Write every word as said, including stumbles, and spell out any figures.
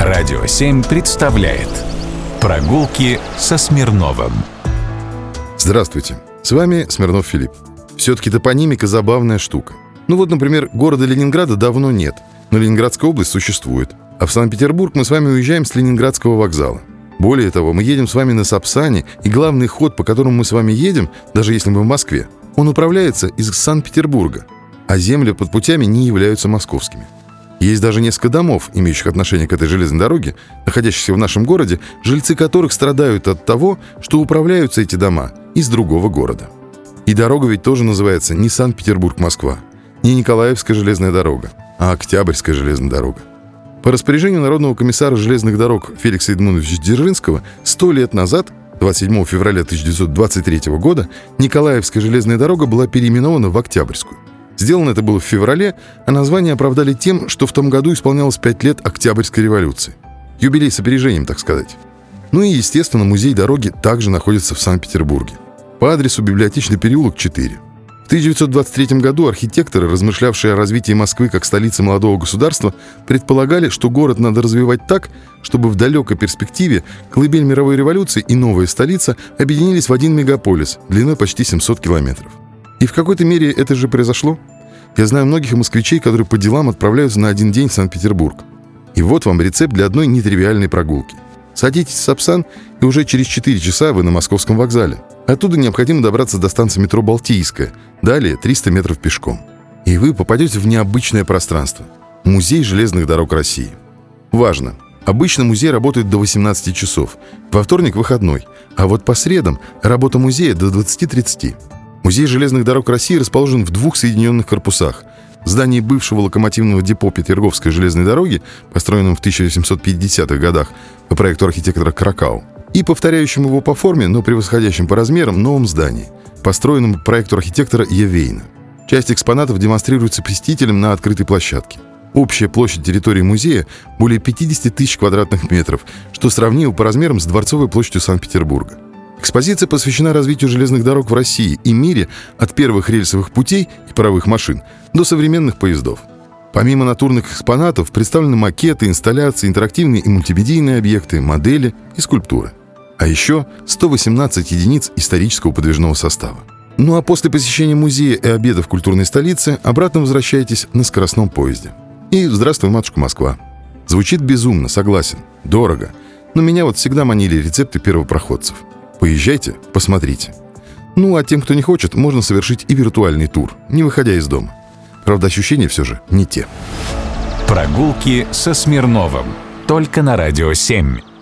Радио семь представляет «Прогулки со Смирновым». Здравствуйте, с вами Смирнов Филипп. Все-таки топонимика забавная штука. Ну вот, например, города Ленинграда давно нет, но Ленинградская область существует. А в Санкт-Петербург мы с вами уезжаем с Ленинградского вокзала. Более того, мы едем с вами на Сапсане, и главный ход, по которому мы с вами едем, даже если мы в Москве, он управляется из Санкт-Петербурга, а земли под путями не являются московскими. Есть даже несколько домов, имеющих отношение к этой железной дороге, находящихся в нашем городе, жильцы которых страдают от того, что управляются эти дома из другого города. И дорога ведь тоже называется не Санкт-Петербург-Москва, не Николаевская железная дорога, а Октябрьская железная дорога. По распоряжению Народного комиссара железных дорог Феликса Эдмундовича Дзержинского сто лет назад, двадцать седьмого февраля тысяча девятьсот двадцать третьего года, Николаевская железная дорога была переименована в Октябрьскую. Сделано это было в феврале, а название оправдали тем, что в том году исполнялось пять лет Октябрьской революции. Юбилей с опережением, так сказать. Ну и, естественно, музей дороги также находится в Санкт-Петербурге. По адресу Библиотечный переулок, четыре. В тысяча девятьсот двадцать третьем году архитекторы, размышлявшие о развитии Москвы как столицы молодого государства, предполагали, что город надо развивать так, чтобы в далекой перспективе колыбель мировой революции и новая столица объединились в один мегаполис длиной почти семьсот километров. И в какой-то мере это же произошло. Я знаю многих москвичей, которые по делам отправляются на один день в Санкт-Петербург. И вот вам рецепт для одной нетривиальной прогулки. Садитесь в Сапсан, и уже через четыре часа вы на Московском вокзале. Оттуда необходимо добраться до станции метро «Балтийская», далее триста метров пешком. И вы попадете в необычное пространство – Музей железных дорог России. Важно! Обычно музей работает до восемнадцати часов, во вторник выходной, а вот по средам работа музея до двадцати-тридцати. Музей железных дорог России расположен в двух соединенных корпусах. В здании бывшего локомотивного депо Петерговской железной дороги, построенном в тысяча восемьсот пятидесятых годах по проекту архитектора Кракау, и повторяющем его по форме, но превосходящем по размерам новом здании, построенном по проекту архитектора Евейна. Часть экспонатов демонстрируется посетителям на открытой площадке. Общая площадь территории музея более пятьдесят тысяч квадратных метров, что сравнимо по размерам с Дворцовой площадью Санкт-Петербурга. Экспозиция посвящена развитию железных дорог в России и мире от первых рельсовых путей и паровых машин до современных поездов. Помимо натурных экспонатов представлены макеты, инсталляции, интерактивные и мультимедийные объекты, модели и скульптуры. А еще сто восемнадцать единиц исторического подвижного состава. Ну а после посещения музея и обеда в культурной столице обратно возвращаетесь на скоростном поезде. И здравствуй, матушка Москва. Звучит безумно, согласен, дорого. Но меня вот всегда манили рецепты первопроходцев. Поезжайте, посмотрите. Ну, а тем, кто не хочет, можно совершить и виртуальный тур, не выходя из дома. Правда, ощущения все же не те. Прогулки со Смирновым. Только на Радио семь.